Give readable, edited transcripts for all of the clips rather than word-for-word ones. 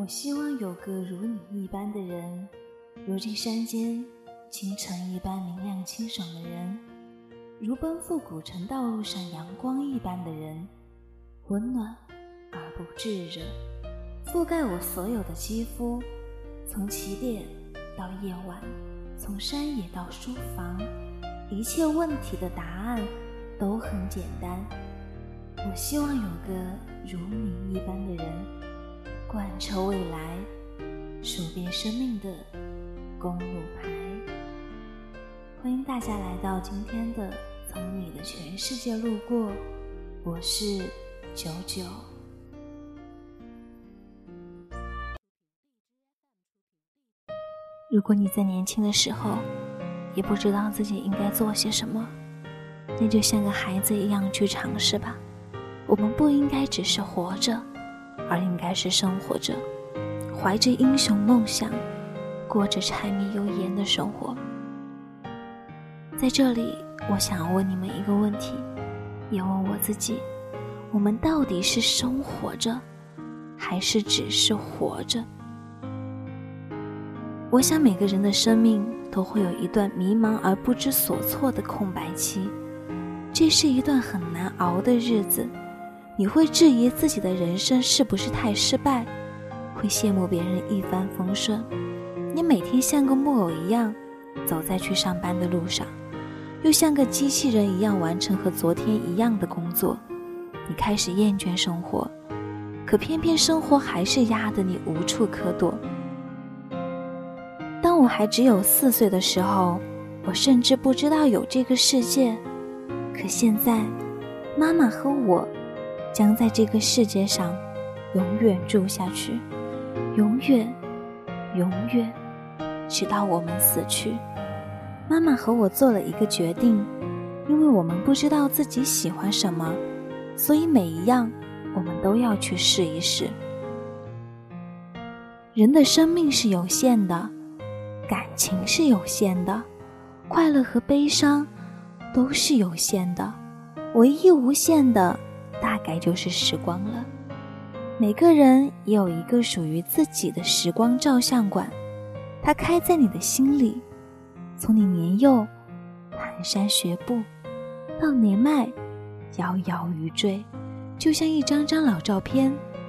我希望有个如你一般的人，如这山间清晨一般明亮清爽的人，如奔赴古城道路上阳光一般的人，温暖而不炙热，覆盖我所有的肌肤，从起点到夜晚，从山野到书房，一切问题的答案都很简单。我希望有个如你一般的人，贯彻未来，数遍生命的公路牌。欢迎大家来到今天的从你的全世界路过，我是99。如果你在年轻的时候也不知道自己应该做些什么，那就像个孩子一样去尝试吧。我们不应该只是活着，而应该是生活着，怀着英雄梦想，过着柴米油盐的生活。在这里，我想要问你们一个问题，也问我自己，我们到底是生活着，还是只是活着？我想每个人的生命都会有一段迷茫而不知所措的空白期，这是一段很难熬的日子。你会质疑自己的人生是不是太失败，会羡慕别人一帆风顺。你每天像个木偶一样走在去上班的路上，又像个机器人一样完成和昨天一样的工作。你开始厌倦生活，可偏偏生活还是压得你无处可躲。当我还只有4岁的时候，我甚至不知道有这个世界。可现在，妈妈和我将在这个世界上永远住下去，永远永远，直到我们死去。妈妈和我做了一个决定，因为我们不知道自己喜欢什么，所以每一样我们都要去试一试。人的生命是有限的，感情是有限的，快乐和悲伤都是有限的，唯一无限的大概就是时光了。每个人也有一个属于自己的时光照相馆，它开在你的心里，从你年幼蹒跚学步到年迈摇摇欲坠，就像一张张老照片，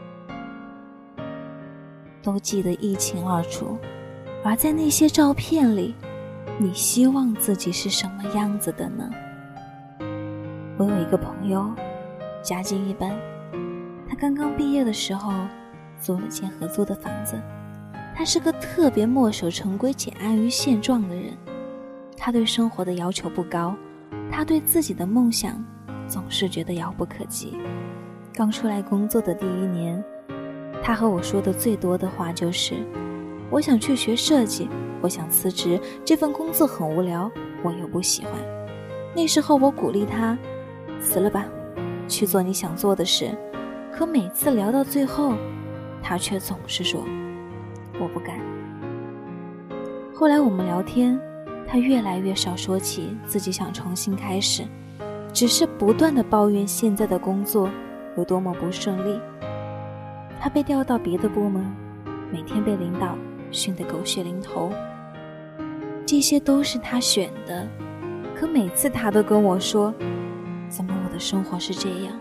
都记得一清二楚。而在那些照片里，你希望自己是什么样子的呢？我有一个朋友，家境一般，他刚刚毕业的时候租了间合租的房子。他是个特别墨守成规且安于现状的人，他对生活的要求不高，他对自己的梦想总是觉得遥不可及。刚出来工作的第1年，他和我说的最多的话就是我想去学设计，我想辞职，这份工作很无聊，我又不喜欢。那时候我鼓励他辞了吧，去做你想做的事。可每次聊到最后，他却总是说我不敢。后来我们聊天，他越来越少说起自己想重新开始，只是不断地抱怨现在的工作有多么不顺利。他被调到别的部门，每天被领导训得狗血淋头，这些都是他选的。可每次他都跟我说，怎么我的生活是这样？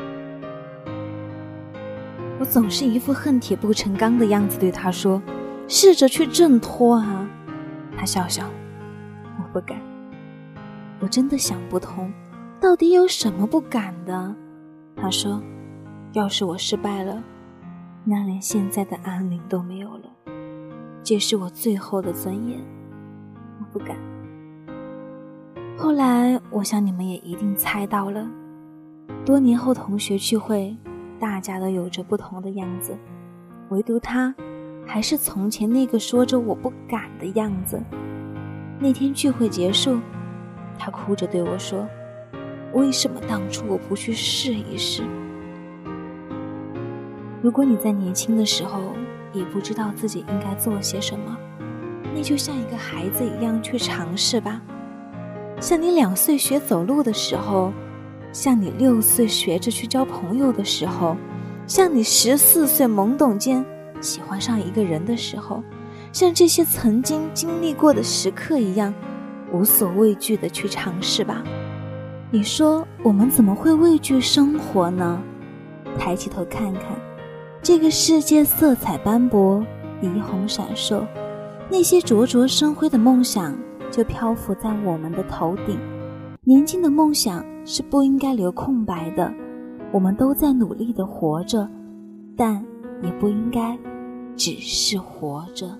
我总是一副恨铁不成钢的样子对他说，试着去挣脱啊。他笑笑，我不敢。我真的想不通，到底有什么不敢的？他说，要是我失败了，那连现在的安宁都没有了，这是我最后的尊严，我不敢。后来我想你们也一定猜到了，多年后同学聚会，大家都有着不同的样子，唯独他还是从前那个说着我不敢的样子。那天聚会结束，他哭着对我说，为什么当初我不去试一试？如果你在年轻的时候也不知道自己应该做些什么，那就像一个孩子一样去尝试吧。像你2岁学走路的时候，像你6岁学着去交朋友的时候，像你14岁懵懂间喜欢上一个人的时候，像这些曾经经历过的时刻一样，无所畏惧地去尝试吧。你说我们怎么会畏惧生活呢？抬起头看看，这个世界色彩斑驳，霓虹闪烁，那些灼灼生辉的梦想就漂浮在我们的头顶。年轻的梦想是不应该留空白的，我们都在努力地活着，但也不应该只是活着。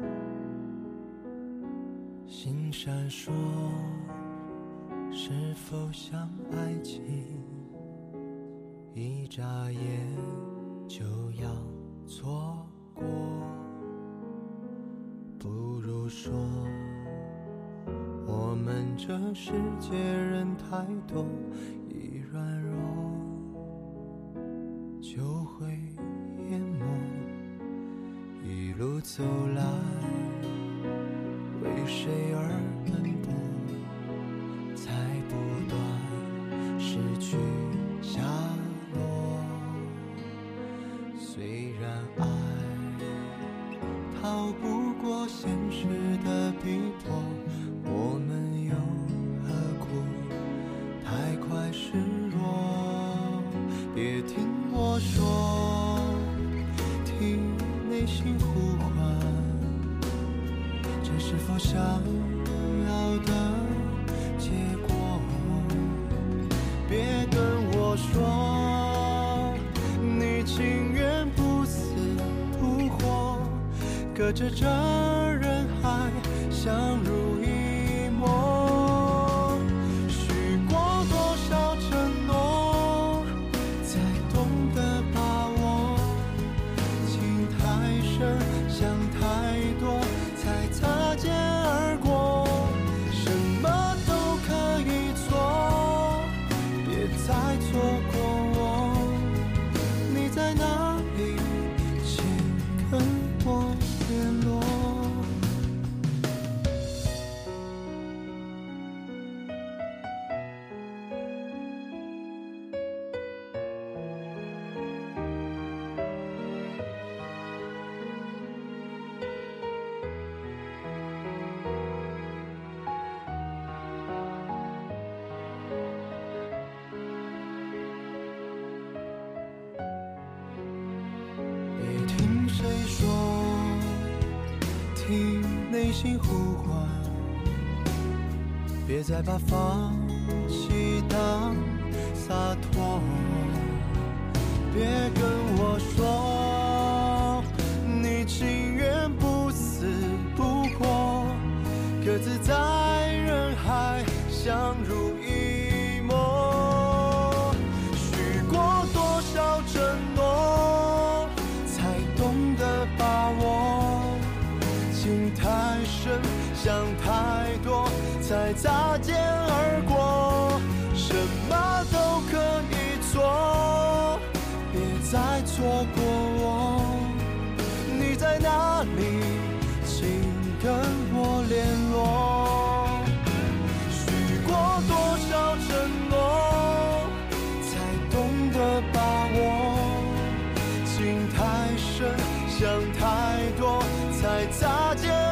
心闪烁，是否像爱情，一眨眼就要错过？不如说，我们这世界人太多，一软弱就会淹没。一路走来，为谁而奔波，才不断失去下落。虽然爱逃不过现实的逼迫，我们又何苦太快示弱？别听我说，听内心呼唤，这是否想要的结果？别跟我说你情愿不死不活，隔着这人海相濡以沫。许过多少承诺，才懂得把握？情太深，想太多，才擦肩而过。什么都可以错，别再错过我。你在哪里？请跟我联络。谁说听内心呼唤，别再把放弃当洒脱。别跟我说你情愿不死不活，各自在人海相濡以沫。许过多少承诺，懂得把握，情太深，想太多，才擦肩而过。什么都可以错，别再错过我。你在哪里？请跟我联络。许过多少承诺，才懂得把握。情太深，想太多，才擦肩